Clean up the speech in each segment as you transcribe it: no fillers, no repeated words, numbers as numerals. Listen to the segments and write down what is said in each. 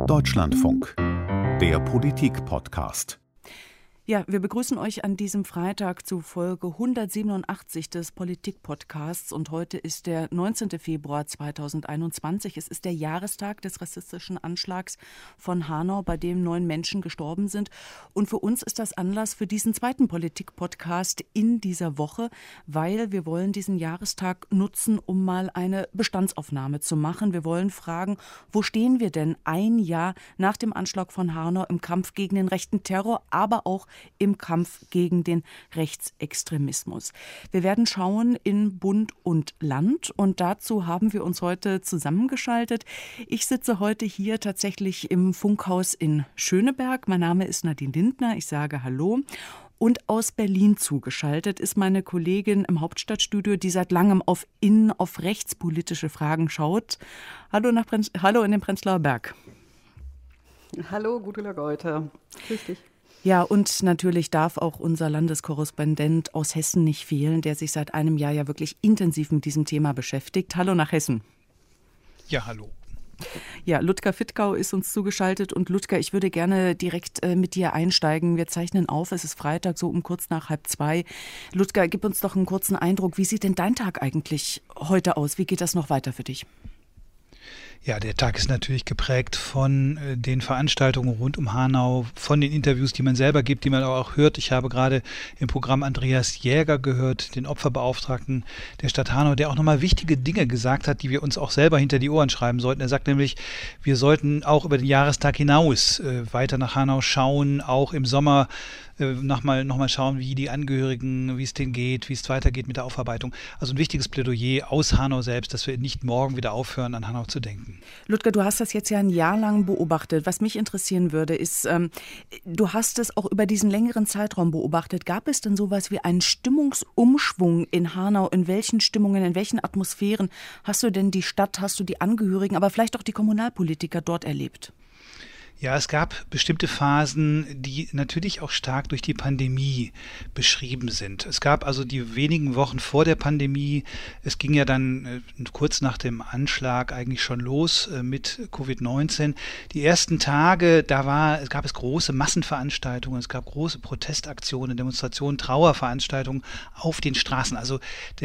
Deutschlandfunk, der Politik-Podcast. Ja, wir begrüßen euch an diesem Freitag zu Folge 187 des Politik-Podcasts und heute ist der 19. Februar 2021. Es ist der Jahrestag des rassistischen Anschlags von Hanau, bei dem 9 Menschen gestorben sind. Und für uns ist das Anlass für diesen zweiten Politik-Podcast in dieser Woche, weil wir wollen diesen Jahrestag nutzen, um mal eine Bestandsaufnahme zu machen. Wir wollen fragen, wo stehen wir denn ein Jahr nach dem Anschlag von Hanau im Kampf gegen den rechten Terror, aber auch im Kampf gegen den Rechtsextremismus. Wir werden schauen in Bund und Land und dazu haben wir uns heute zusammengeschaltet. Ich sitze heute hier tatsächlich im Funkhaus in Schöneberg. Mein Name ist Nadine Lindner, ich sage Hallo. Und aus Berlin zugeschaltet ist meine Kollegin im Hauptstadtstudio, die seit langem auf rechtspolitische Fragen schaut. Hallo in den Prenzlauer Berg. Hallo, Gudula Geuter. Grüß dich. Ja, und natürlich darf auch unser Landeskorrespondent aus Hessen nicht fehlen, der sich seit einem Jahr ja wirklich intensiv mit diesem Thema beschäftigt. Hallo nach Hessen. Ja, hallo. Ja, Ludger Fittkau ist uns zugeschaltet. Und Ludger, ich würde gerne direkt mit dir einsteigen. Wir zeichnen auf, es ist Freitag, so um kurz nach 1:30. Ludger, gib uns doch einen kurzen Eindruck. Wie sieht denn dein Tag eigentlich heute aus? Wie geht das noch weiter für dich? Ja, der Tag ist natürlich geprägt von den Veranstaltungen rund um Hanau, von den Interviews, die man selber gibt, die man auch hört. Ich habe gerade im Programm Andreas Jäger gehört, den Opferbeauftragten der Stadt Hanau, der auch nochmal wichtige Dinge gesagt hat, die wir uns auch selber hinter die Ohren schreiben sollten. Er sagt nämlich, wir sollten auch über den Jahrestag hinaus weiter nach Hanau schauen, auch im Sommer nochmal schauen, wie die Angehörigen, wie es denen geht, wie es weitergeht mit der Aufarbeitung. Also ein wichtiges Plädoyer aus Hanau selbst, dass wir nicht morgen wieder aufhören, an Hanau zu denken. Ludger, du hast das jetzt ja ein Jahr lang beobachtet. Was mich interessieren würde, ist, du hast es auch über diesen längeren Zeitraum beobachtet. Gab es denn sowas wie einen Stimmungsumschwung in Hanau? In welchen Stimmungen, in welchen Atmosphären hast du denn die Stadt, hast du die Angehörigen, aber vielleicht auch die Kommunalpolitiker dort erlebt? Ja, es gab bestimmte Phasen, die natürlich auch stark durch die Pandemie beschrieben sind. Es gab also die wenigen Wochen vor der Pandemie, es ging ja dann kurz nach dem Anschlag eigentlich schon los mit Covid-19. Die ersten Tage, gab es große Massenveranstaltungen, es gab große Protestaktionen, Demonstrationen, Trauerveranstaltungen auf den Straßen. Also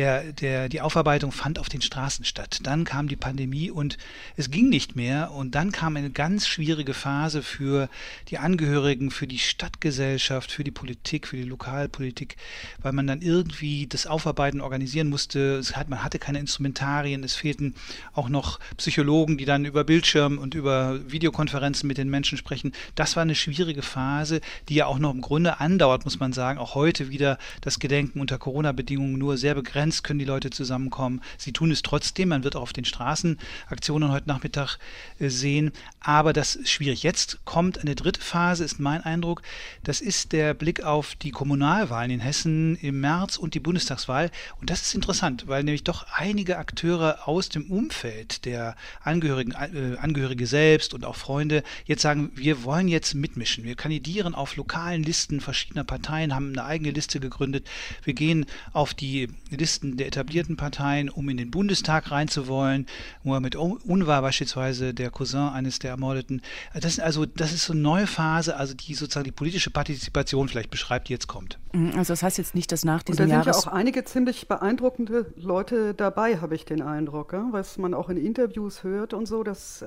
die Aufarbeitung fand auf den Straßen statt. Dann kam die Pandemie und es ging nicht mehr und dann kam eine ganz schwierige Phase für die Angehörigen, für die Stadtgesellschaft, für die Politik, für die Lokalpolitik, weil man dann irgendwie das Aufarbeiten organisieren musste. Man hatte keine Instrumentarien, es fehlten auch noch Psychologen, die dann über Bildschirm und über Videokonferenzen mit den Menschen sprechen. Das war eine schwierige Phase, die ja auch noch im Grunde andauert, muss man sagen. Auch heute wieder das Gedenken unter Corona-Bedingungen, nur sehr begrenzt können die Leute zusammenkommen. Sie tun es trotzdem, man wird auch auf den Straßen Aktionen heute Nachmittag sehen, aber das ist schwierig. Jetzt kommt eine dritte Phase, ist mein Eindruck. Das ist der Blick auf die Kommunalwahlen in Hessen im März und die Bundestagswahl. Und das ist interessant, weil nämlich doch einige Akteure aus dem Umfeld der Angehörige selbst und auch Freunde jetzt sagen, wir wollen jetzt mitmischen. Wir kandidieren auf lokalen Listen verschiedener Parteien, haben eine eigene Liste gegründet. Wir gehen auf die Listen der etablierten Parteien, um in den Bundestag reinzuwollen. Mohamed Unvar beispielsweise, der Cousin eines der Ermordeten. Das ist so eine neue Phase, also die sozusagen die politische Partizipation vielleicht beschreibt, die jetzt kommt. Also das heißt jetzt nicht, dass nach diesem Jahr... Da sind ja auch einige ziemlich beeindruckende Leute dabei, habe ich den Eindruck. Ja? Was man auch in Interviews hört und so, das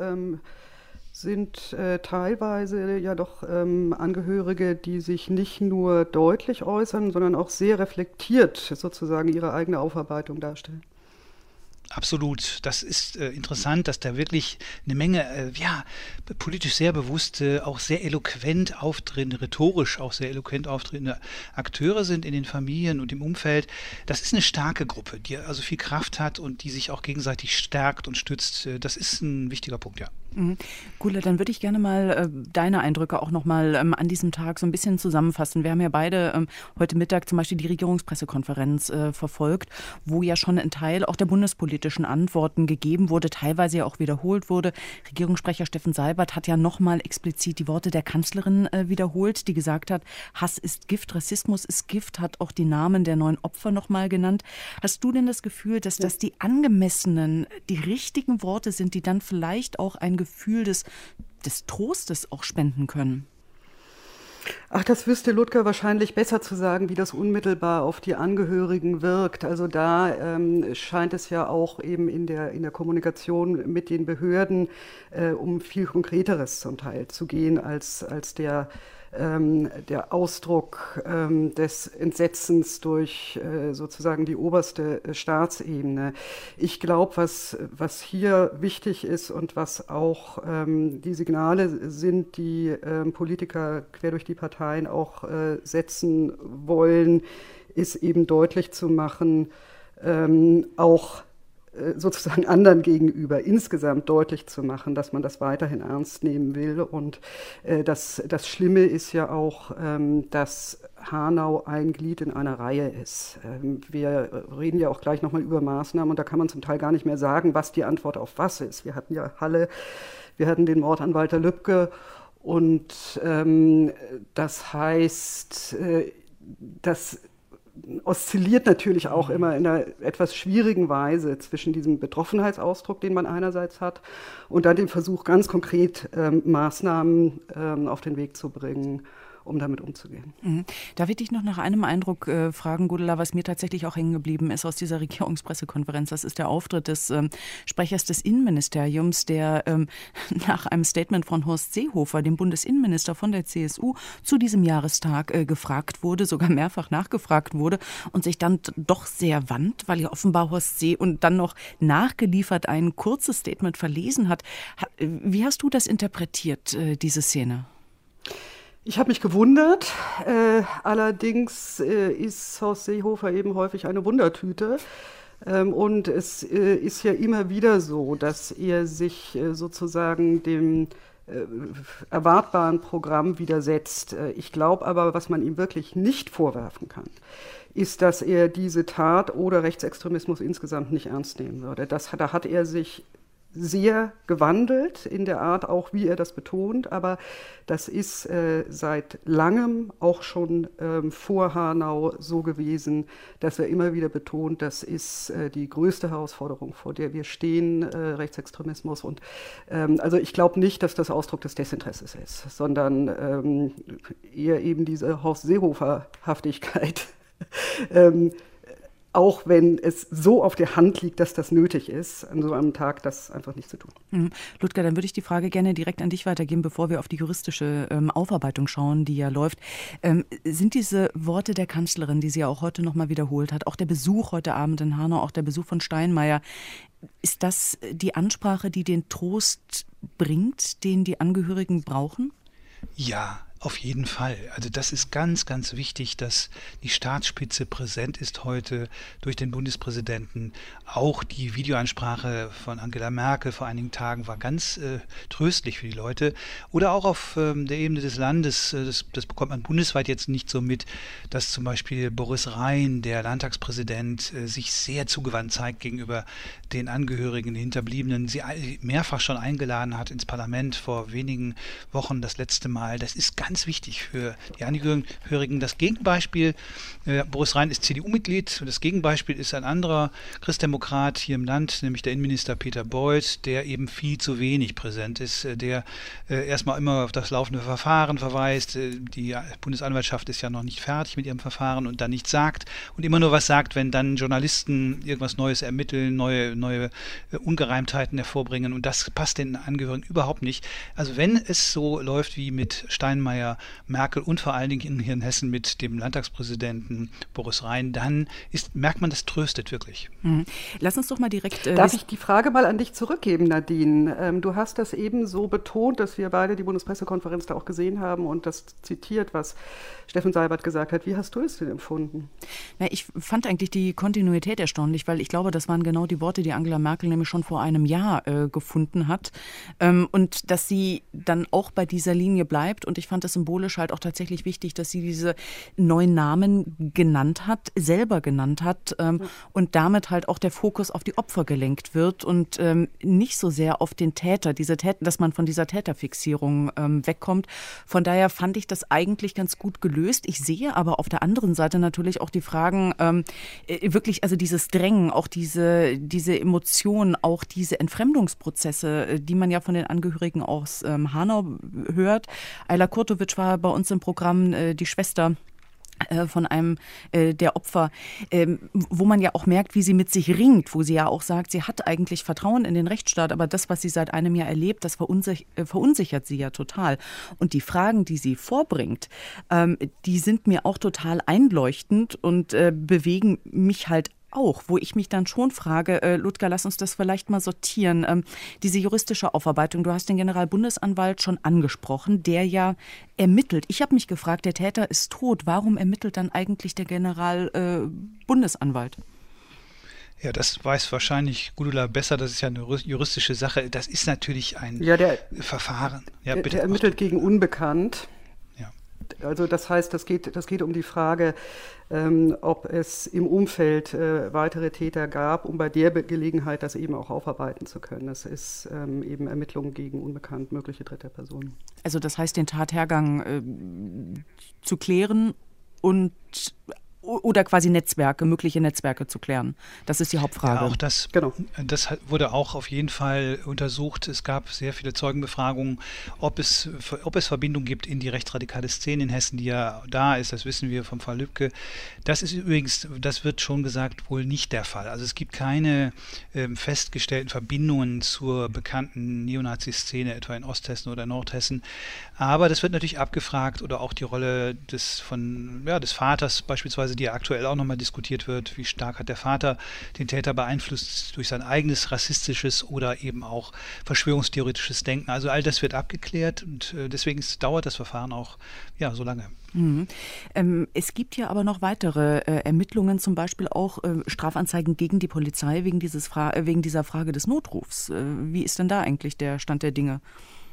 sind teilweise ja doch Angehörige, die sich nicht nur deutlich äußern, sondern auch sehr reflektiert sozusagen ihre eigene Aufarbeitung darstellen. Absolut. Das ist interessant, dass da wirklich eine Menge, politisch sehr bewusste, auch sehr eloquent auftretende, rhetorisch auch sehr eloquent auftretende Akteure sind in den Familien und im Umfeld. Das ist eine starke Gruppe, die also viel Kraft hat und die sich auch gegenseitig stärkt und stützt. Das ist ein wichtiger Punkt, ja. Gula, dann würde ich gerne mal deine Eindrücke auch noch mal an diesem Tag so ein bisschen zusammenfassen. Wir haben ja beide heute Mittag zum Beispiel die Regierungspressekonferenz verfolgt, wo ja schon ein Teil auch der bundespolitischen Antworten gegeben wurde, teilweise ja auch wiederholt wurde. Regierungssprecher Steffen Seibert hat ja noch mal explizit die Worte der Kanzlerin wiederholt, die gesagt hat, Hass ist Gift, Rassismus ist Gift, hat auch die Namen der 9 Opfer noch mal genannt. Hast du denn das Gefühl, dass das die angemessenen, die richtigen Worte sind, die dann vielleicht auch ein Gefühl des des Trostes auch spenden können? Ach, das wüsste Ludger wahrscheinlich besser zu sagen, wie das unmittelbar auf die Angehörigen wirkt. Also da scheint es ja auch eben in der Kommunikation mit den Behörden um viel Konkreteres zum Teil zu gehen als der Ausdruck des Entsetzens durch sozusagen die oberste Staatsebene. Ich glaube, was hier wichtig ist und was auch die Signale sind, die Politiker quer durch die Parteien auch setzen wollen, ist eben deutlich zu machen, auch sozusagen anderen gegenüber insgesamt deutlich zu machen, dass man das weiterhin ernst nehmen will. Und das Schlimme ist ja auch, dass Hanau ein Glied in einer Reihe ist. Wir reden ja auch gleich nochmal über Maßnahmen und da kann man zum Teil gar nicht mehr sagen, was die Antwort auf was ist. Wir hatten ja Halle, wir hatten den Mord an Walter Lübcke und das heißt, das oszilliert natürlich auch immer in einer etwas schwierigen Weise zwischen diesem Betroffenheitsausdruck, den man einerseits hat, und dann dem Versuch, ganz konkret Maßnahmen auf den Weg zu bringen, um damit umzugehen. Darf ich dich noch nach einem Eindruck fragen, Gudula, was mir tatsächlich auch hängen geblieben ist aus dieser Regierungspressekonferenz? Das ist der Auftritt des Sprechers des Innenministeriums, der nach einem Statement von Horst Seehofer, dem Bundesinnenminister von der CSU, zu diesem Jahrestag gefragt wurde, sogar mehrfach nachgefragt wurde und sich dann doch sehr wandt, weil ja offenbar Horst See und dann noch nachgeliefert ein kurzes Statement verlesen hat. Wie hast du das interpretiert, diese Szene? Ich habe mich gewundert, allerdings ist Horst Seehofer eben häufig eine Wundertüte und es ist ja immer wieder so, dass er sich sozusagen dem erwartbaren Programm widersetzt. Ich glaube aber, was man ihm wirklich nicht vorwerfen kann, ist, dass er diese Tat oder Rechtsextremismus insgesamt nicht ernst nehmen würde. Da hat er sich sehr gewandelt in der Art, auch wie er das betont, aber das ist seit langem auch schon vor Hanau so gewesen, dass er immer wieder betont, das ist die größte Herausforderung, vor der wir stehen, Rechtsextremismus. Und also ich glaube nicht, dass das Ausdruck des Desinteresses ist, sondern eher eben diese Horst Seehofer-Haftigkeit. Auch wenn es so auf der Hand liegt, dass das nötig ist, an so einem Tag das einfach nicht zu tun. Ludger, dann würde ich die Frage gerne direkt an dich weitergeben, bevor wir auf die juristische Aufarbeitung schauen, die ja läuft. Sind diese Worte der Kanzlerin, die sie ja auch heute nochmal wiederholt hat, auch der Besuch heute Abend in Hanau, auch der Besuch von Steinmeier, ist das die Ansprache, die den Trost bringt, den die Angehörigen brauchen? Ja, auf jeden Fall. Also das ist ganz, ganz wichtig, dass die Staatsspitze präsent ist heute durch den Bundespräsidenten. Auch die Videoansprache von Angela Merkel vor einigen Tagen war ganz tröstlich für die Leute. Oder auch auf der Ebene des Landes, das bekommt man bundesweit jetzt nicht so mit, dass zum Beispiel Boris Rhein, der Landtagspräsident, sich sehr zugewandt zeigt gegenüber den Angehörigen, den Hinterbliebenen, sie mehrfach schon eingeladen hat ins Parlament vor wenigen Wochen das letzte Mal. Das ist ganz wichtig für die Angehörigen. Das Gegenbeispiel, Boris Rhein ist CDU-Mitglied, das Gegenbeispiel ist ein anderer Christdemokrat hier im Land, nämlich der Innenminister Peter Beuth, der eben viel zu wenig präsent ist, der erstmal immer auf das laufende Verfahren verweist, die Bundesanwaltschaft ist ja noch nicht fertig mit ihrem Verfahren und dann nichts sagt und immer nur was sagt, wenn dann Journalisten irgendwas Neues ermitteln, neue Ungereimtheiten hervorbringen und das passt den Angehörigen überhaupt nicht. Also wenn es so läuft wie mit Steinmeier, Merkel und vor allen Dingen hier in Hessen mit dem Landtagspräsidenten Boris Rhein, dann merkt man, das tröstet wirklich. Lass uns doch mal direkt... Darf ich die Frage mal an dich zurückgeben, Nadine? Du hast das eben so betont, dass wir beide die Bundespressekonferenz da auch gesehen haben und das zitiert, was Steffen Seibert gesagt hat. Wie hast du es denn empfunden? Na, ich fand eigentlich die Kontinuität erstaunlich, weil ich glaube, das waren genau die Worte, die Angela Merkel nämlich schon vor einem Jahr gefunden hat. Und dass sie dann auch bei dieser Linie bleibt. Und ich fand es das symbolisch halt auch tatsächlich wichtig, dass sie diese neuen Namen selber genannt hat und damit halt auch der Fokus auf die Opfer gelenkt wird und nicht so sehr auf den Täter, dass man von dieser Täterfixierung wegkommt. Von daher fand ich das eigentlich ganz gut gelöst. Ich sehe aber auf der anderen Seite natürlich auch die Fragen, wirklich, also dieses Drängen, auch diese Emotionen, auch diese Entfremdungsprozesse, die man ja von den Angehörigen aus Hanau hört. Ayla Kurtovic war bei uns im Programm, die Schwester von einem der Opfer, wo man ja auch merkt, wie sie mit sich ringt, wo sie ja auch sagt, sie hat eigentlich Vertrauen in den Rechtsstaat, aber das, was sie seit einem Jahr erlebt, das verunsichert sie ja total. Und die Fragen, die sie vorbringt, die sind mir auch total einleuchtend und bewegen mich halt auch, wo ich mich dann schon frage, Ludger, lass uns das vielleicht mal sortieren. Diese juristische Aufarbeitung, du hast den Generalbundesanwalt schon angesprochen, der ja ermittelt. Ich habe mich gefragt, der Täter ist tot. Warum ermittelt dann eigentlich der Generalbundesanwalt? Ja, das weiß wahrscheinlich Gudula besser. Das ist ja eine juristische Sache. Das ist natürlich ein Verfahren. Ja, bitte. Der ermittelt gegen Unbekannt. Ja. Also das heißt, das geht um die Frage, ob es im Umfeld weitere Täter gab, um bei der Gelegenheit das eben auch aufarbeiten zu können. Das ist eben Ermittlungen gegen unbekannt mögliche dritte Personen. Also das heißt, den Tathergang zu klären oder quasi mögliche Netzwerke zu klären. Das ist die Hauptfrage. Ja, auch das wurde auch auf jeden Fall untersucht. Es gab sehr viele Zeugenbefragungen, ob es Verbindungen gibt in die rechtsradikale Szene in Hessen, die ja da ist. Das wissen wir vom Fall Lübcke. Das ist übrigens, das wird schon gesagt, wohl nicht der Fall. Also es gibt keine festgestellten Verbindungen zur bekannten Neonazi-Szene, etwa in Osthessen oder Nordhessen. Aber das wird natürlich abgefragt oder auch die Rolle des Vaters beispielsweise, die ja aktuell auch nochmal diskutiert wird. Wie stark hat der Vater den Täter beeinflusst durch sein eigenes rassistisches oder eben auch verschwörungstheoretisches Denken. Also all das wird abgeklärt und deswegen dauert das Verfahren auch so lange. Mhm. Es gibt ja aber noch weitere Ermittlungen, zum Beispiel auch Strafanzeigen gegen die Polizei wegen dieser Frage des Notrufs. Wie ist denn da eigentlich der Stand der Dinge?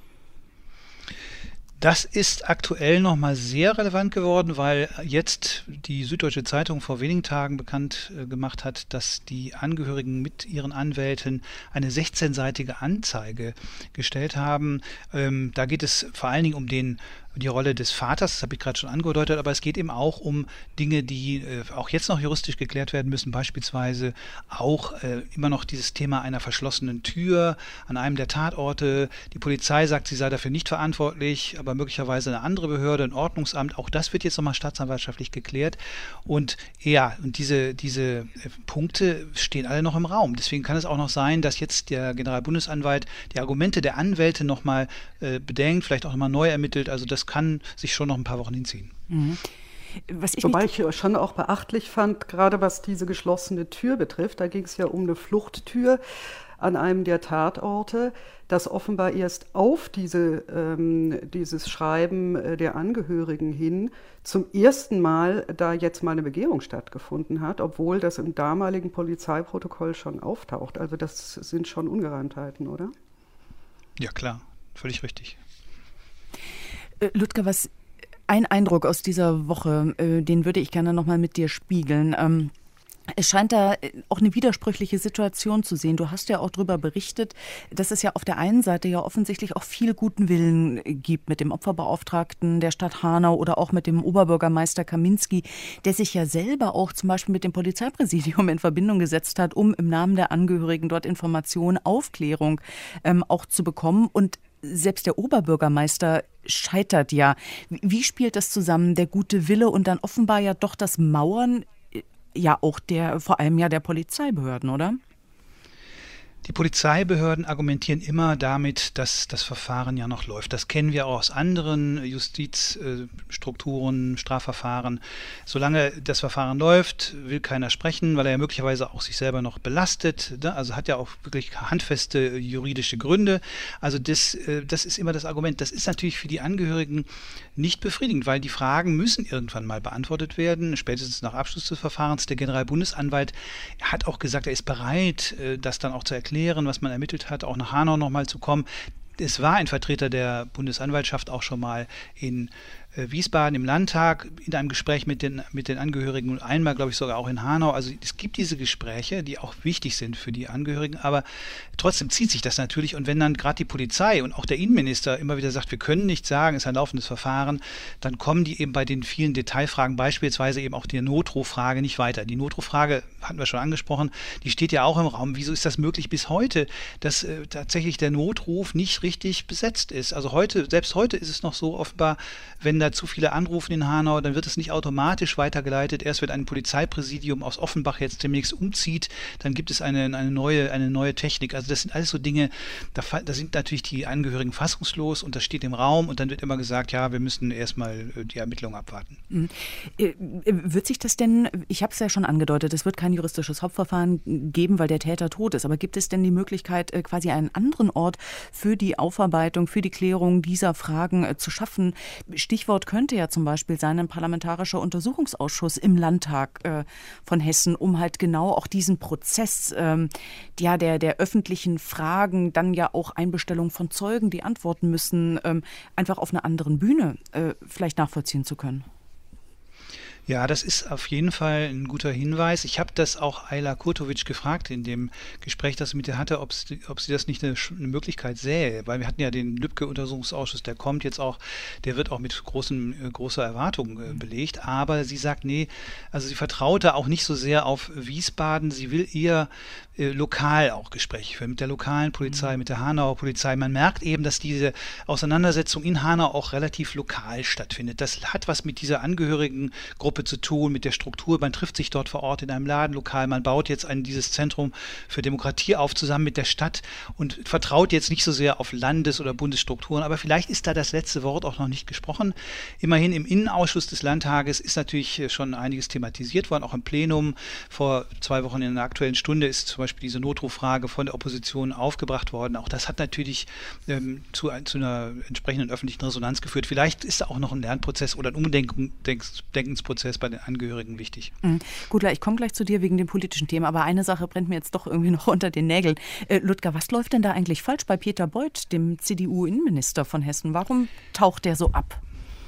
Das ist aktuell nochmal sehr relevant geworden, weil jetzt die Süddeutsche Zeitung vor wenigen Tagen bekannt gemacht hat, dass die Angehörigen mit ihren Anwälten eine 16-seitige Anzeige gestellt haben. Da geht es vor allen Dingen um die Rolle des Vaters, das habe ich gerade schon angedeutet, aber es geht eben auch um Dinge, die auch jetzt noch juristisch geklärt werden müssen, beispielsweise auch immer noch dieses Thema einer verschlossenen Tür an einem der Tatorte. Die Polizei sagt, sie sei dafür nicht verantwortlich, aber möglicherweise eine andere Behörde, ein Ordnungsamt, auch das wird jetzt nochmal staatsanwaltschaftlich geklärt und diese Punkte stehen alle noch im Raum. Deswegen kann es auch noch sein, dass jetzt der Generalbundesanwalt die Argumente der Anwälte nochmal bedenkt, vielleicht auch nochmal neu ermittelt, also das kann sich schon noch ein paar Wochen hinziehen. Mhm. Wobei ich schon auch beachtlich fand, gerade was diese geschlossene Tür betrifft, da ging es ja um eine Fluchttür an einem der Tatorte, dass offenbar erst auf dieses Schreiben der Angehörigen hin zum ersten Mal da jetzt mal eine Begehung stattgefunden hat, obwohl das im damaligen Polizeiprotokoll schon auftaucht. Also das sind schon Ungereimtheiten, oder? Ja, klar, völlig richtig. Ludger, ein Eindruck aus dieser Woche, den würde ich gerne nochmal mit dir spiegeln. Es scheint da auch eine widersprüchliche Situation zu sehen. Du hast ja auch darüber berichtet, dass es ja auf der einen Seite ja offensichtlich auch viel guten Willen gibt mit dem Opferbeauftragten der Stadt Hanau oder auch mit dem Oberbürgermeister Kaminski, der sich ja selber auch zum Beispiel mit dem Polizeipräsidium in Verbindung gesetzt hat, um im Namen der Angehörigen dort Informationen, Aufklärung auch zu bekommen. Und selbst der Oberbürgermeister scheitert ja. Wie spielt das zusammen, der gute Wille und dann offenbar ja doch das Mauern ja auch vor allem ja der Polizeibehörden, oder? Die Polizeibehörden argumentieren immer damit, dass das Verfahren ja noch läuft. Das kennen wir auch aus anderen Justizstrukturen, Strafverfahren. Solange das Verfahren läuft, will keiner sprechen, weil er ja möglicherweise auch sich selber noch belastet. Also hat ja auch wirklich handfeste juridische Gründe. Also das ist immer das Argument. Das ist natürlich für die Angehörigen nicht befriedigend, weil die Fragen müssen irgendwann mal beantwortet werden, spätestens nach Abschluss des Verfahrens. Der Generalbundesanwalt hat auch gesagt, er ist bereit, das dann auch zu erklären, was man ermittelt hat, auch nach Hanau nochmal zu kommen. Es war ein Vertreter der Bundesanwaltschaft auch schon mal in Wiesbaden im Landtag in einem Gespräch mit den Angehörigen und einmal, glaube ich, sogar auch in Hanau. Also es gibt diese Gespräche, die auch wichtig sind für die Angehörigen, aber trotzdem zieht sich das natürlich. Und wenn dann gerade die Polizei und auch der Innenminister immer wieder sagt, wir können nichts sagen, ist ein laufendes Verfahren, dann kommen die eben bei den vielen Detailfragen, beispielsweise eben auch die Notruffrage, nicht weiter. Die Notruffrage hatten wir schon angesprochen, die steht ja auch im Raum. Wieso ist das möglich bis heute, dass tatsächlich der Notruf nicht richtig besetzt ist? Also selbst heute ist es noch so offenbar, wenn da zu viele anrufen in Hanau, dann wird es nicht automatisch weitergeleitet. Erst wenn ein Polizeipräsidium aus Offenbach jetzt demnächst umzieht, dann gibt es eine neue Technik. Also das sind alles so Dinge, da sind natürlich die Angehörigen fassungslos und das steht im Raum und dann wird immer gesagt, ja, wir müssen erstmal die Ermittlungen abwarten. Wird sich das denn, ich habe es ja schon angedeutet, es wird kein juristisches Hauptverfahren geben, weil der Täter tot ist, aber gibt es denn die Möglichkeit, quasi einen anderen Ort für die Aufarbeitung, für die Klärung dieser Fragen zu schaffen? Stichwort könnte ja zum Beispiel sein, ein parlamentarischer Untersuchungsausschuss im Landtag von Hessen, um halt genau auch diesen Prozess der öffentlichen Fragen, dann ja auch Einbestellung von Zeugen, die antworten müssen, einfach auf einer anderen Bühne vielleicht nachvollziehen zu können. Ja, das ist auf jeden Fall ein guter Hinweis. Ich habe das auch Ayla Kurtovic gefragt in dem Gespräch, das ich mit ihr hatte, ob sie das nicht eine Möglichkeit sähe. Weil wir hatten ja den Lübcke-Untersuchungsausschuss, der kommt jetzt auch, der wird auch mit großer Erwartung belegt. Aber sie sagt, nee, also sie vertraut da auch nicht so sehr auf Wiesbaden. Sie will eher lokal auch Gespräche führen, mit der lokalen Polizei, mit der Hanauer Polizei. Man merkt eben, dass diese Auseinandersetzung in Hanau auch relativ lokal stattfindet. Das hat was mit dieser Angehörigengruppe zu tun, mit der Struktur. Man trifft sich dort vor Ort in einem Ladenlokal. Man baut jetzt dieses Zentrum für Demokratie auf, zusammen mit der Stadt und vertraut jetzt nicht so sehr auf Landes- oder Bundesstrukturen. Aber vielleicht ist da das letzte Wort auch noch nicht gesprochen. Immerhin im Innenausschuss des Landtages ist natürlich schon einiges thematisiert worden, auch im Plenum. Vor 2 Wochen in einer Aktuellen Stunde ist zum Beispiel diese Notruffrage von der Opposition aufgebracht worden. Auch das hat natürlich zu einer entsprechenden öffentlichen Resonanz geführt. Vielleicht ist da auch noch ein Lernprozess oder ein Umdenkensprozess bei den Angehörigen wichtig. Gudla, ich komme gleich zu dir wegen dem politischen Thema, aber eine Sache brennt mir jetzt doch irgendwie noch unter den Nägeln. Ludger, was läuft denn da eigentlich falsch bei Peter Beuth, dem CDU-Innenminister von Hessen? Warum taucht der so ab?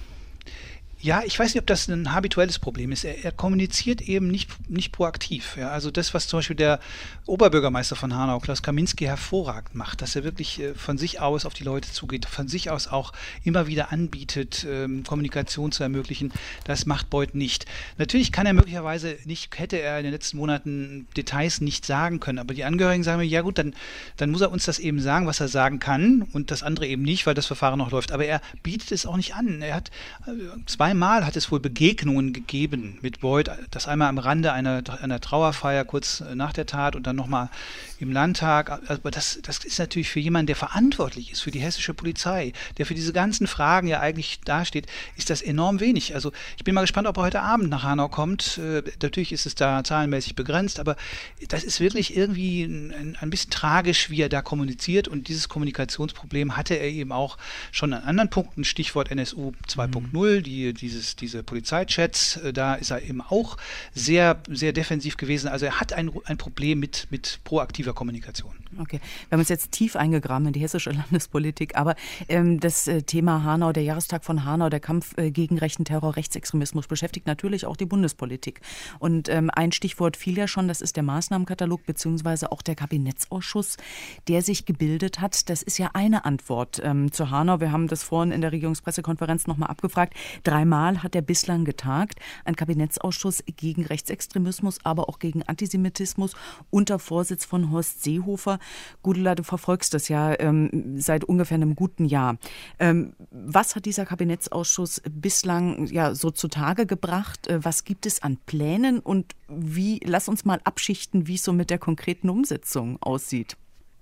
Ja, ich weiß nicht, ob das ein habituelles Problem ist. Er kommuniziert eben nicht proaktiv. Ja, also das, was zum Beispiel der Oberbürgermeister von Hanau, Klaus Kaminski, hervorragend macht, dass er wirklich von sich aus auf die Leute zugeht, von sich aus auch immer wieder anbietet, Kommunikation zu ermöglichen, das macht Beuth nicht. Natürlich kann er möglicherweise hätte er in den letzten Monaten Details nicht sagen können, aber die Angehörigen sagen mir, ja gut, dann muss er uns das eben sagen, was er sagen kann und das andere eben nicht, weil das Verfahren noch läuft. Aber er bietet es auch nicht an. Er hat zweimal hat es wohl Begegnungen gegeben mit Beuth, das einmal am Rande einer Trauerfeier kurz nach der Tat und dann nochmal im Landtag. Aber das ist natürlich für jemanden, der verantwortlich ist für die hessische Polizei, der für diese ganzen Fragen ja eigentlich dasteht, ist das enorm wenig. Also ich bin mal gespannt, ob er heute Abend nach Hanau kommt. Natürlich ist es da zahlenmäßig begrenzt, aber das ist wirklich irgendwie ein bisschen tragisch, wie er da kommuniziert und dieses Kommunikationsproblem hatte er eben auch schon an anderen Punkten, Stichwort NSU 2.0, diese Polizeichats, da ist er eben auch sehr, sehr defensiv gewesen. Also er hat ein Problem mit proaktiver Kommunikation. Okay, wir haben uns jetzt tief eingegraben in die hessische Landespolitik, aber das Thema Hanau, der Jahrestag von Hanau, der Kampf gegen rechten Terror, Rechtsextremismus beschäftigt natürlich auch die Bundespolitik. Und ein Stichwort fiel ja schon, das ist der Maßnahmenkatalog beziehungsweise auch der Kabinettsausschuss, der sich gebildet hat. Das ist ja eine Antwort zu Hanau. Wir haben das vorhin in der Regierungspressekonferenz nochmal abgefragt. 3-mal hat er bislang getagt. Ein Kabinettsausschuss gegen Rechtsextremismus, aber auch gegen Antisemitismus unter Vorsitz von Horst Seehofer. Gudula, du verfolgst das ja seit ungefähr einem guten Jahr. Was hat dieser Kabinettsausschuss bislang so zutage gebracht? Was gibt es an Plänen und lass uns mal abschichten, wie es so mit der konkreten Umsetzung aussieht?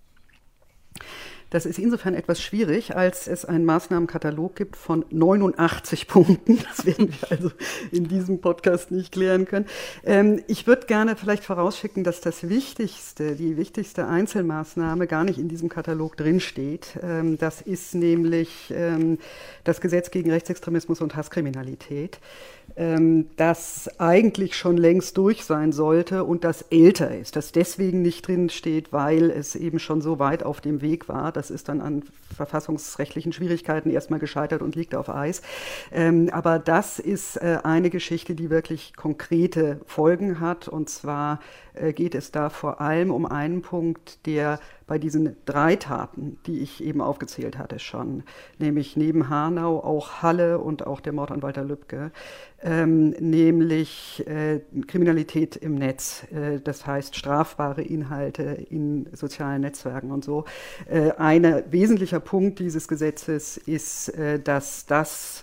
Das ist insofern etwas schwierig, als es einen Maßnahmenkatalog gibt von 89 Punkten. Das werden wir also in diesem Podcast nicht klären können. Ich würde gerne vielleicht vorausschicken, dass die wichtigste Einzelmaßnahme gar nicht in diesem Katalog drinsteht. Das ist nämlich das Gesetz gegen Rechtsextremismus und Hasskriminalität, das eigentlich schon längst durch sein sollte und das älter ist, das deswegen nicht drin steht, weil es eben schon so weit auf dem Weg war, das ist dann an verfassungsrechtlichen Schwierigkeiten erstmal gescheitert und liegt auf Eis. Aber das ist eine Geschichte, die wirklich konkrete Folgen hat. Und zwar geht es da vor allem um einen Punkt, der bei diesen 3 Taten, die ich eben aufgezählt hatte schon, nämlich neben Hanau auch Halle und auch der Mord an Walter Lübcke, nämlich Kriminalität im Netz, das heißt strafbare Inhalte in sozialen Netzwerken und so. Ein wesentlicher Punkt dieses Gesetzes ist, dass das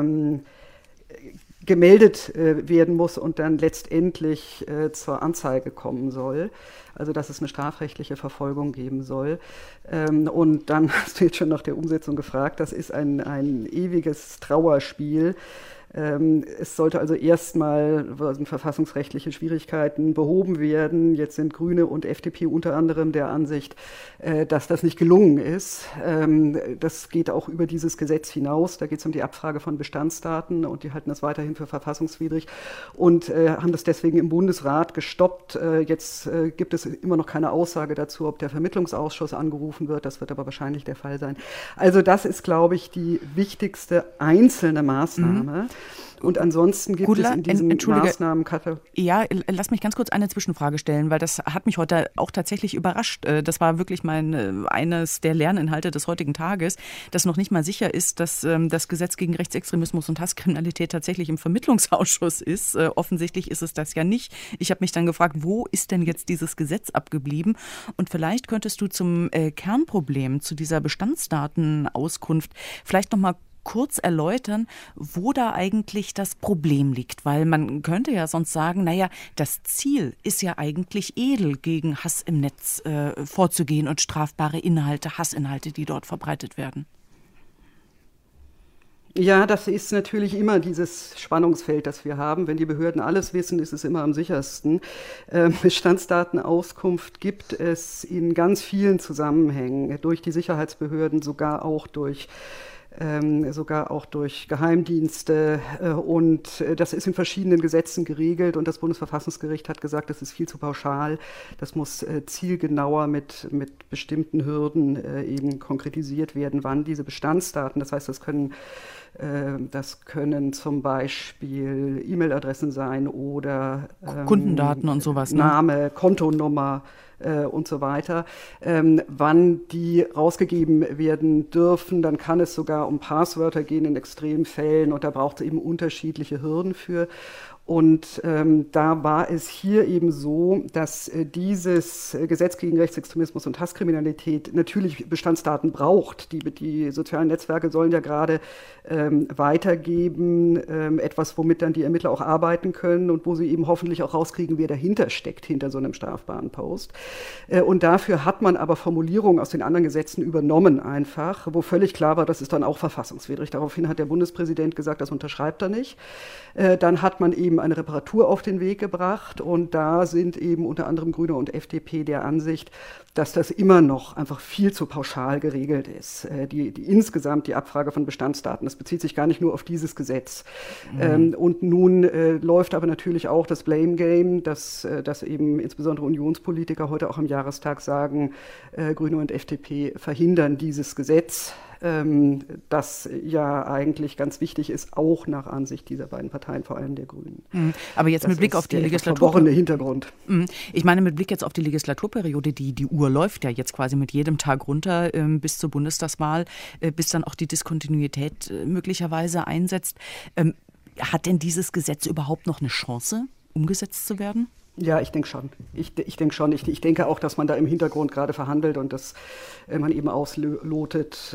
gemeldet werden muss und dann letztendlich zur Anzeige kommen soll. Also dass es eine strafrechtliche Verfolgung geben soll. Und dann hast du jetzt schon nach der Umsetzung gefragt. Das ist ein ewiges Trauerspiel. Es sollte also erstmal verfassungsrechtliche Schwierigkeiten behoben werden. Jetzt sind Grüne und FDP unter anderem der Ansicht, dass das nicht gelungen ist. Das geht auch über dieses Gesetz hinaus. Da geht es um die Abfrage von Bestandsdaten und die halten das weiterhin für verfassungswidrig und haben das deswegen im Bundesrat gestoppt. Jetzt gibt es immer noch keine Aussage dazu, ob der Vermittlungsausschuss angerufen wird. Das wird aber wahrscheinlich der Fall sein. Also das ist, glaube ich, die wichtigste einzelne Maßnahme. Und ansonsten gibt es in diesem Maßnahmenkatalog... Ja, lass mich ganz kurz eine Zwischenfrage stellen, weil das hat mich heute auch tatsächlich überrascht. Das war wirklich eines der Lerninhalte des heutigen Tages, dass noch nicht mal sicher ist, dass das Gesetz gegen Rechtsextremismus und Hasskriminalität tatsächlich im Vermittlungsausschuss ist. Offensichtlich ist es das ja nicht. Ich habe mich dann gefragt, wo ist denn jetzt dieses Gesetz abgeblieben? Und vielleicht könntest du zum Kernproblem, zu dieser Bestandsdatenauskunft vielleicht noch mal kurz erläutern, wo da eigentlich das Problem liegt. Weil man könnte ja sonst sagen, naja, das Ziel ist ja eigentlich edel, gegen Hass im Netz vorzugehen und strafbare Inhalte, Hassinhalte, die dort verbreitet werden. Ja, das ist natürlich immer dieses Spannungsfeld, das wir haben. Wenn die Behörden alles wissen, ist es immer am sichersten. Bestandsdatenauskunft gibt es in ganz vielen Zusammenhängen, durch die Sicherheitsbehörden, sogar auch durch Geheimdienste und das ist in verschiedenen Gesetzen geregelt und das Bundesverfassungsgericht hat gesagt, das ist viel zu pauschal, das muss zielgenauer mit bestimmten Hürden eben konkretisiert werden, wann diese Bestandsdaten, das heißt, das können zum Beispiel E-Mail-Adressen sein oder Kundendaten und sowas, ne? Name, Kontonummer und so weiter. Wann die rausgegeben werden dürfen, dann kann es sogar um Passwörter gehen in Extremfällen und da braucht es eben unterschiedliche Hürden für. Und da war es hier eben so, dass dieses Gesetz gegen Rechtsextremismus und Hasskriminalität natürlich Bestandsdaten braucht. Die sozialen Netzwerke sollen ja gerade weitergeben, etwas, womit dann die Ermittler auch arbeiten können und wo sie eben hoffentlich auch rauskriegen, wer dahinter steckt, hinter so einem strafbaren Post. Und dafür hat man aber Formulierungen aus den anderen Gesetzen übernommen einfach, wo völlig klar war, das ist dann auch verfassungswidrig. Daraufhin hat der Bundespräsident gesagt, das unterschreibt er nicht. Dann hat man eben eine Reparatur auf den Weg gebracht und da sind eben unter anderem Grüne und FDP der Ansicht, dass das immer noch einfach viel zu pauschal geregelt ist. Insgesamt die Abfrage von Bestandsdaten, das bezieht sich gar nicht nur auf dieses Gesetz. Und nun läuft aber natürlich auch das Blame Game, dass eben insbesondere Unionspolitiker heute auch am Jahrestag sagen, Grüne und FDP verhindern dieses Gesetz, das ja eigentlich ganz wichtig ist, auch nach Ansicht dieser beiden Parteien, vor allem der Grünen. Aber jetzt mit Blick auf die Legislatur. Verworrene Hintergrund. Ich meine, mit Blick jetzt auf die Legislaturperiode, die Uhr läuft ja jetzt quasi mit jedem Tag runter bis zur Bundestagswahl, bis dann auch die Diskontinuität möglicherweise einsetzt. Hat denn dieses Gesetz überhaupt noch eine Chance, umgesetzt zu werden? Ja, ich denke schon. Ich denke auch, dass man da im Hintergrund gerade verhandelt und dass man eben auslotet,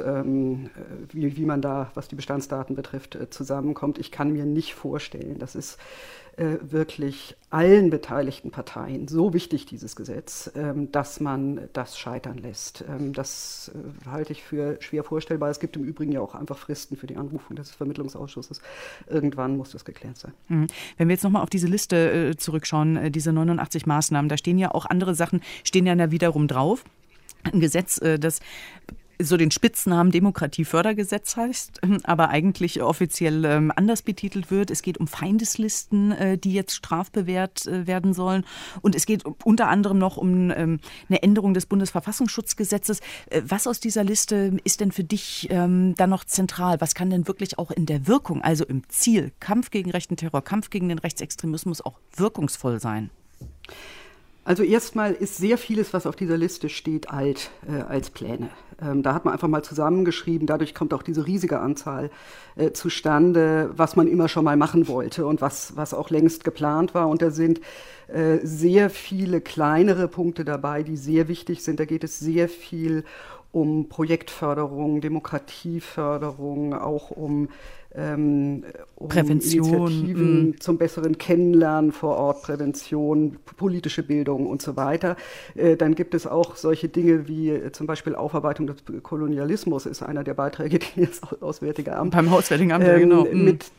wie man da, was die Bestandsdaten betrifft, zusammenkommt. Ich kann mir nicht vorstellen, dass es wirklich allen beteiligten Parteien so wichtig, dieses Gesetz, dass man das scheitern lässt. Das halte ich für schwer vorstellbar. Es gibt im Übrigen ja auch einfach Fristen für die Anrufung des Vermittlungsausschusses. Irgendwann muss das geklärt sein. Wenn wir jetzt nochmal auf diese Liste zurückschauen, diese 89 Maßnahmen, da stehen ja auch andere Sachen, stehen ja wiederum drauf. Ein Gesetz, das so den Spitznamen Demokratiefördergesetz heißt, aber eigentlich offiziell anders betitelt wird. Es geht um Feindeslisten, die jetzt strafbewehrt werden sollen. Und es geht unter anderem noch um eine Änderung des Bundesverfassungsschutzgesetzes. Was aus dieser Liste ist denn für dich dann noch zentral? Was kann denn wirklich auch in der Wirkung, also im Ziel, Kampf gegen rechten Terror, Kampf gegen den Rechtsextremismus auch wirkungsvoll sein? Also erstmal ist sehr vieles, was auf dieser Liste steht, alt als Pläne. Da hat man einfach mal zusammengeschrieben, dadurch kommt auch diese riesige Anzahl zustande, was man immer schon mal machen wollte und was auch längst geplant war. Und da sind sehr viele kleinere Punkte dabei, die sehr wichtig sind. Da geht es sehr viel um Projektförderung, Demokratieförderung, auch um Prävention, Initiativen zum besseren Kennenlernen vor Ort, Prävention, politische Bildung und so weiter. Dann gibt es auch solche Dinge wie zum Beispiel Aufarbeitung des Kolonialismus, ist einer der Beiträge, die das Auswärtige Amt beim Auswärtigen Amt genau.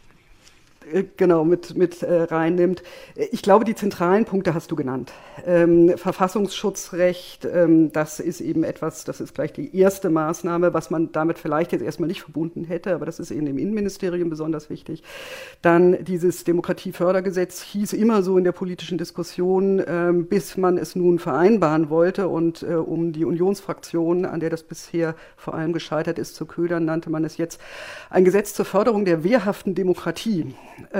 mit reinnimmt. Ich glaube, die zentralen Punkte hast du genannt. Verfassungsschutzrecht, das ist eben etwas, das ist gleich die erste Maßnahme, was man damit vielleicht jetzt erstmal nicht verbunden hätte, aber das ist eben im Innenministerium besonders wichtig. Dann dieses Demokratiefördergesetz hieß immer so in der politischen Diskussion, bis man es nun vereinbaren wollte und um die Unionsfraktion, an der das bisher vor allem gescheitert ist, zu ködern, nannte man es jetzt ein Gesetz zur Förderung der wehrhaften Demokratie.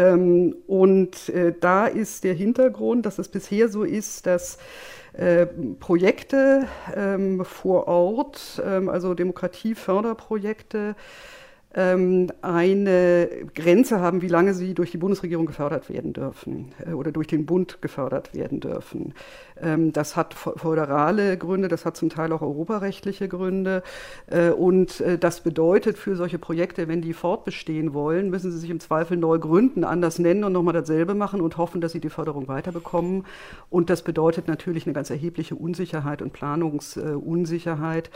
Da ist der Hintergrund, dass es bisher so ist, dass Projekte vor Ort, also Demokratieförderprojekte, eine Grenze haben, wie lange sie durch die Bundesregierung gefördert werden dürfen oder durch den Bund gefördert werden dürfen. Das hat föderale Gründe, das hat zum Teil auch europarechtliche Gründe. Und das bedeutet für solche Projekte, wenn die fortbestehen wollen, müssen sie sich im Zweifel neu gründen, anders nennen und nochmal dasselbe machen und hoffen, dass sie die Förderung weiterbekommen. Und das bedeutet natürlich eine ganz erhebliche Unsicherheit und Planungsunsicherheit.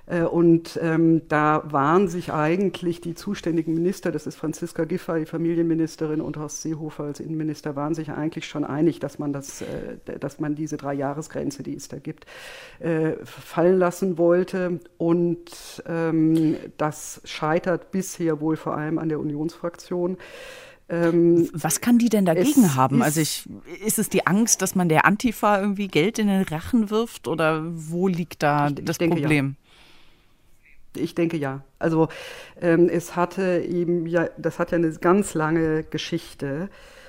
Da waren sich eigentlich die zuständigen Minister, das ist Franziska Giffey, die Familienministerin, und Horst Seehofer als Innenminister, waren sich eigentlich schon einig, dass man diese 3-Jahres-Grenze, die es da gibt, fallen lassen wollte. Und das scheitert bisher wohl vor allem an der Unionsfraktion. Was kann die denn dagegen haben? Also ist es die Angst, dass man der Antifa irgendwie Geld in den Rachen wirft, oder wo liegt da das Problem? Ja. Ich denke ja. Also das hat ja eine ganz lange Geschichte,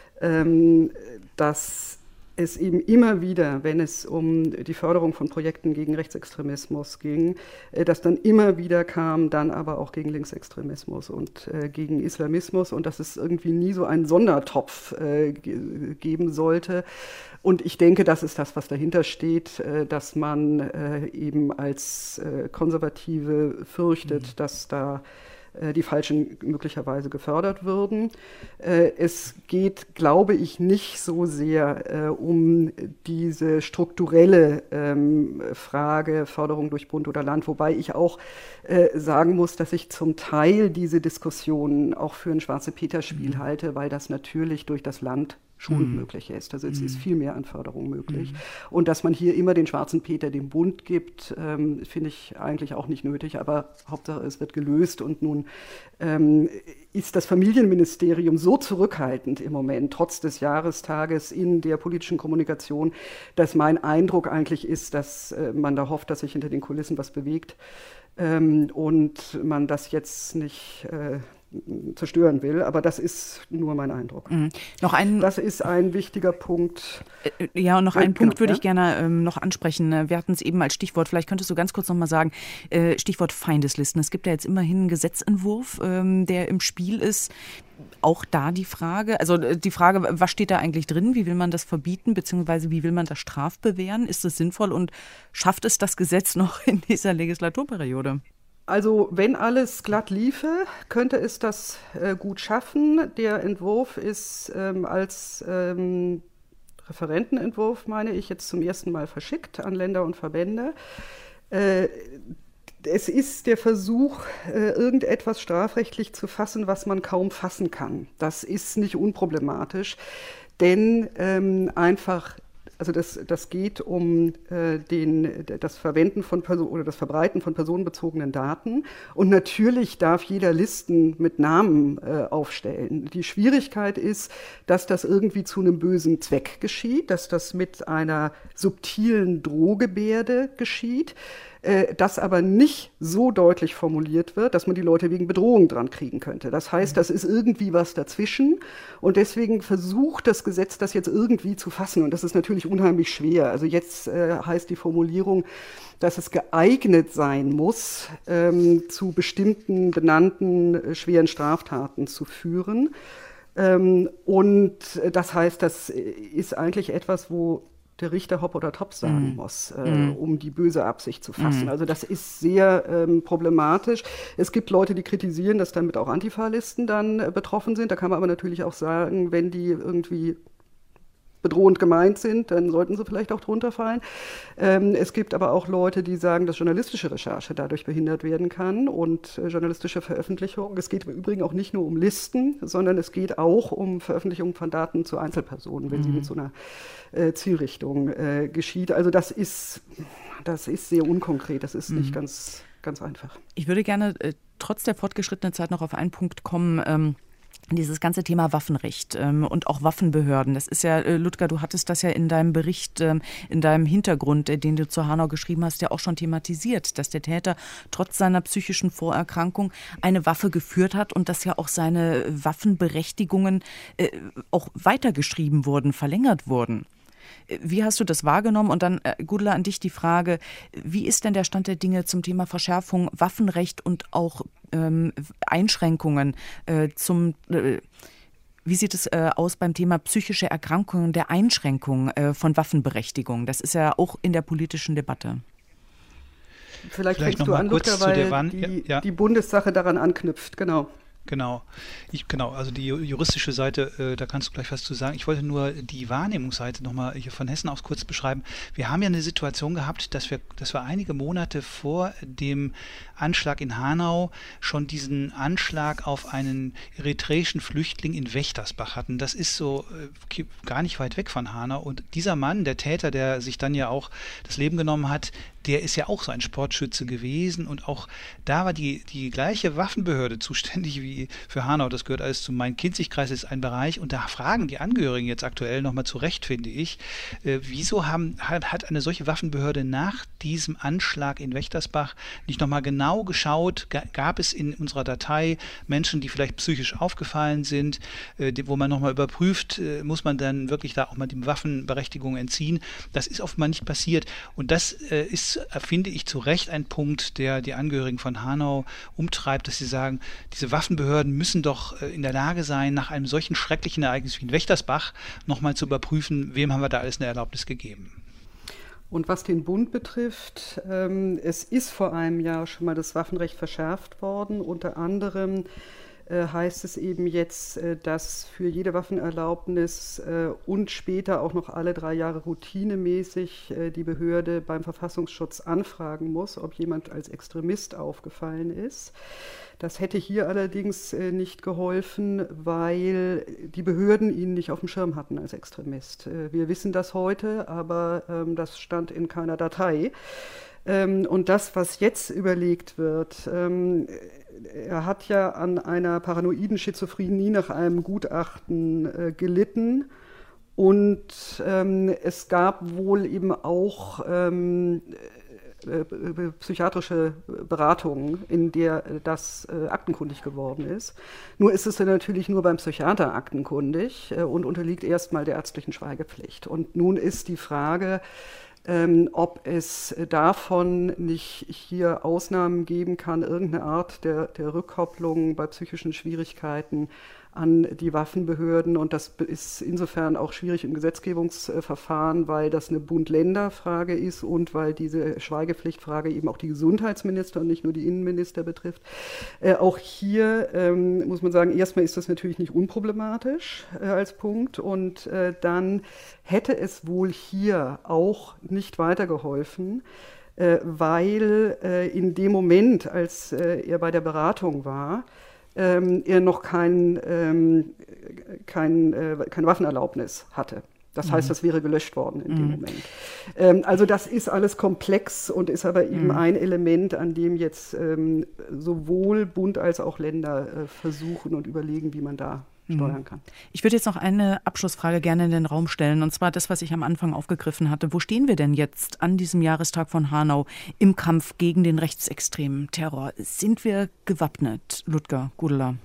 dass es eben immer wieder, wenn es um die Förderung von Projekten gegen Rechtsextremismus ging, dass dann immer wieder kam, dann aber auch gegen Linksextremismus und gegen Islamismus, und dass es irgendwie nie so einen Sondertopf geben sollte. Und ich denke, das ist das, was dahinter steht, dass man eben als Konservative fürchtet, dass da die Falschen möglicherweise gefördert würden. Es geht, glaube ich, nicht so sehr um diese strukturelle Frage Förderung durch Bund oder Land, wobei ich auch sagen muss, dass ich zum Teil diese Diskussionen auch für ein Schwarze-Peter-Spiel halte, weil das natürlich durch das Land schon möglich ist. Also es ist viel mehr an Förderung möglich. Und dass man hier immer den schwarzen Peter dem Bund gibt, finde ich eigentlich auch nicht nötig. Aber Hauptsache, es wird gelöst. Und nun ist das Familienministerium so zurückhaltend im Moment, trotz des Jahrestages in der politischen Kommunikation, dass mein Eindruck eigentlich ist, dass man da hofft, dass sich hinter den Kulissen was bewegt und man das jetzt nicht zerstören will, aber das ist nur mein Eindruck. Das ist ein wichtiger Punkt. Ja, und noch einen Punkt würde ich gerne noch ansprechen. Wir hatten es eben als Stichwort, vielleicht könntest du ganz kurz noch mal sagen, Stichwort Feindeslisten. Es gibt ja jetzt immerhin einen Gesetzentwurf, der im Spiel ist. Auch da die Frage, was steht da eigentlich drin? Wie will man das verbieten, beziehungsweise wie will man das strafbewähren? Ist es sinnvoll und schafft es das Gesetz noch in dieser Legislaturperiode? Also wenn alles glatt liefe, könnte es das gut schaffen. Der Entwurf ist als Referentenentwurf, meine ich, jetzt zum ersten Mal verschickt an Länder und Verbände. Es ist der Versuch, irgendetwas strafrechtlich zu fassen, was man kaum fassen kann. Das ist nicht unproblematisch, denn einfach Also das geht um das Verwenden von oder das Verbreiten von personenbezogenen Daten. Und natürlich darf jeder Listen mit Namen aufstellen. Die Schwierigkeit ist, dass das irgendwie zu einem bösen Zweck geschieht, dass das mit einer subtilen Drohgebärde geschieht, das aber nicht so deutlich formuliert wird, dass man die Leute wegen Bedrohung dran kriegen könnte. Das heißt, das ist irgendwie was dazwischen und deswegen versucht das Gesetz, das jetzt irgendwie zu fassen und das ist natürlich unheimlich schwer. Also jetzt heißt die Formulierung, dass es geeignet sein muss, zu bestimmten benannten schweren Straftaten zu führen. Und das heißt, das ist eigentlich etwas, wo der Richter Hop oder Top sagen muss, um die böse Absicht zu fassen. Also das ist sehr problematisch. Es gibt Leute, die kritisieren, dass damit auch Antifa-Listen dann betroffen sind. Da kann man aber natürlich auch sagen, wenn die irgendwie bedrohend gemeint sind, dann sollten sie vielleicht auch drunter fallen. Es gibt aber auch Leute, die sagen, dass journalistische Recherche dadurch behindert werden kann und journalistische Veröffentlichung. Es geht im Übrigen auch nicht nur um Listen, sondern es geht auch um Veröffentlichung von Daten zu Einzelpersonen, wenn sie mit so einer Zielrichtung geschieht. Also das ist sehr unkonkret, das ist nicht ganz einfach. Ich würde gerne trotz der fortgeschrittenen Zeit noch auf einen Punkt kommen, dieses ganze Thema Waffenrecht und auch Waffenbehörden. Das ist ja, Ludger, du hattest das ja in deinem Bericht, in deinem Hintergrund, den du zu Hanau geschrieben hast, ja auch schon thematisiert, dass der Täter trotz seiner psychischen Vorerkrankung eine Waffe geführt hat und dass ja auch seine Waffenberechtigungen auch weitergeschrieben wurden, verlängert wurden. Wie hast du das wahrgenommen? Und dann, Gudula, an dich die Frage, wie ist denn der Stand der Dinge zum Thema Verschärfung Waffenrecht und auch Einschränkungen wie sieht es aus beim Thema psychische Erkrankungen, der Einschränkung von Waffenberechtigung? Das ist ja auch in der politischen Debatte. Vielleicht fängst du an, Ludger, weil die Bundessache daran anknüpft, genau. Genau, also die juristische Seite, da kannst du gleich was zu sagen. Ich wollte nur die Wahrnehmungsseite nochmal hier von Hessen aus kurz beschreiben. Wir haben ja eine Situation gehabt, dass wir einige Monate vor dem Anschlag in Hanau schon diesen Anschlag auf einen eritreischen Flüchtling in Wächtersbach hatten. Das ist so gar nicht weit weg von Hanau. Und dieser Mann, der Täter, der sich dann ja auch das Leben genommen hat, der ist ja auch so ein Sportschütze gewesen und auch da war die gleiche Waffenbehörde zuständig wie für Hanau. Das gehört alles zum Main-Kinzig-Kreis, ist ein Bereich und da fragen die Angehörigen jetzt aktuell nochmal zu Recht, finde ich, wieso hat eine solche Waffenbehörde nach diesem Anschlag in Wächtersbach nicht nochmal genau geschaut, gab es in unserer Datei Menschen, die vielleicht psychisch aufgefallen sind, wo man nochmal überprüft, muss man dann wirklich da auch mal die Waffenberechtigung entziehen. Das ist offenbar nicht passiert und das ist, finde ich, zu Recht ein Punkt, der die Angehörigen von Hanau umtreibt, dass sie sagen, diese Waffenbehörden müssen doch in der Lage sein, nach einem solchen schrecklichen Ereignis wie in Wächtersbach nochmal zu überprüfen, wem haben wir da alles eine Erlaubnis gegeben. Und was den Bund betrifft, es ist vor einem Jahr schon mal das Waffenrecht verschärft worden. Unter anderem heißt es eben jetzt, dass für jede Waffenerlaubnis und später auch noch alle 3 Jahre routinemäßig die Behörde beim Verfassungsschutz anfragen muss, ob jemand als Extremist aufgefallen ist. Das hätte hier allerdings nicht geholfen, weil die Behörden ihn nicht auf dem Schirm hatten als Extremist. Wir wissen das heute, aber das stand in keiner Datei. Und das, was jetzt überlegt wird, er hat ja an einer paranoiden Schizophrenie nach einem Gutachten gelitten und es gab wohl eben auch psychiatrische Beratungen, in der das aktenkundig geworden ist. Nur ist es dann natürlich nur beim Psychiater aktenkundig und unterliegt erstmal der ärztlichen Schweigepflicht. Und nun ist die Frage, ob es davon nicht hier Ausnahmen geben kann, irgendeine Art der Rückkopplung bei psychischen Schwierigkeiten an die Waffenbehörden. Und das ist insofern auch schwierig im Gesetzgebungsverfahren, weil das eine Bund-Länder-Frage ist und weil diese Schweigepflichtfrage eben auch die Gesundheitsminister und nicht nur die Innenminister betrifft. Auch hier muss man sagen, erstmal ist das natürlich nicht unproblematisch als Punkt und dann hätte es wohl hier auch nicht weitergeholfen, weil in dem Moment, als er bei der Beratung war, er noch keine Waffenerlaubnis hatte. Das heißt, das wäre gelöscht worden in dem Moment. Also das ist alles komplex und ist aber eben ein Element, an dem jetzt sowohl Bund als auch Länder versuchen und überlegen, wie man da steuern kann. Ich würde jetzt noch eine Abschlussfrage gerne in den Raum stellen, und zwar das, was ich am Anfang aufgegriffen hatte. Wo stehen wir denn jetzt an diesem Jahrestag von Hanau im Kampf gegen den rechtsextremen Terror? Sind wir gewappnet, Ludger Gudula?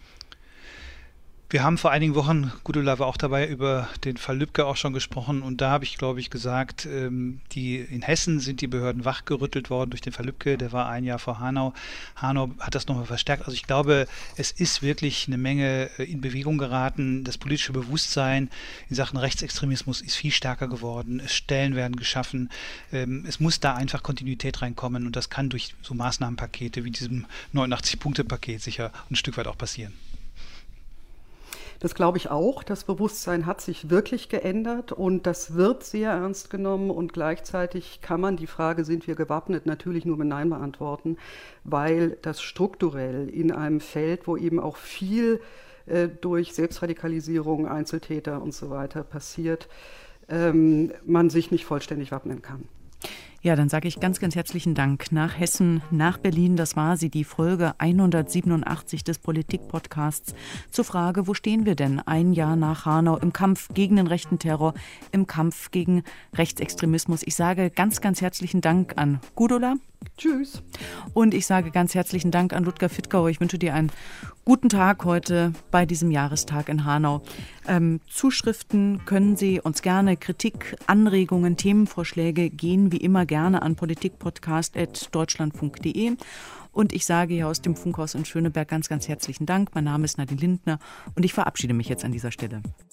Wir haben vor einigen Wochen, Gudula war auch dabei, über den Fall Lübcke auch schon gesprochen, und da habe ich, glaube ich, gesagt, in Hessen sind die Behörden wachgerüttelt worden durch den Fall Lübcke, der war ein Jahr vor Hanau. Hanau hat das nochmal verstärkt. Also ich glaube, es ist wirklich eine Menge in Bewegung geraten. Das politische Bewusstsein in Sachen Rechtsextremismus ist viel stärker geworden. Stellen werden geschaffen. Es muss da einfach Kontinuität reinkommen, und das kann durch so Maßnahmenpakete wie diesem 89-Punkte-Paket sicher ein Stück weit auch passieren. Das glaube ich auch. Das Bewusstsein hat sich wirklich geändert und das wird sehr ernst genommen, und gleichzeitig kann man die Frage, sind wir gewappnet, natürlich nur mit Nein beantworten, weil das strukturell in einem Feld, wo eben auch viel durch Selbstradikalisierung, Einzeltäter und so weiter passiert, man sich nicht vollständig wappnen kann. Ja, dann sage ich ganz, ganz herzlichen Dank nach Hessen, nach Berlin. Das war sie, die Folge 187 des Politik-Podcasts zur Frage, wo stehen wir denn ein Jahr nach Hanau im Kampf gegen den rechten Terror, im Kampf gegen Rechtsextremismus. Ich sage ganz, ganz herzlichen Dank an Gudula. Tschüss. Und ich sage ganz herzlichen Dank an Ludger Fittkauer. Ich wünsche dir einen guten Tag heute bei diesem Jahrestag in Hanau. Zuschriften können Sie uns gerne, Kritik, Anregungen, Themenvorschläge gehen wie immer gerne an politikpodcast@deutschlandfunk.de. Und ich sage hier aus dem Funkhaus in Schöneberg ganz, ganz herzlichen Dank. Mein Name ist Nadine Lindner und ich verabschiede mich jetzt an dieser Stelle.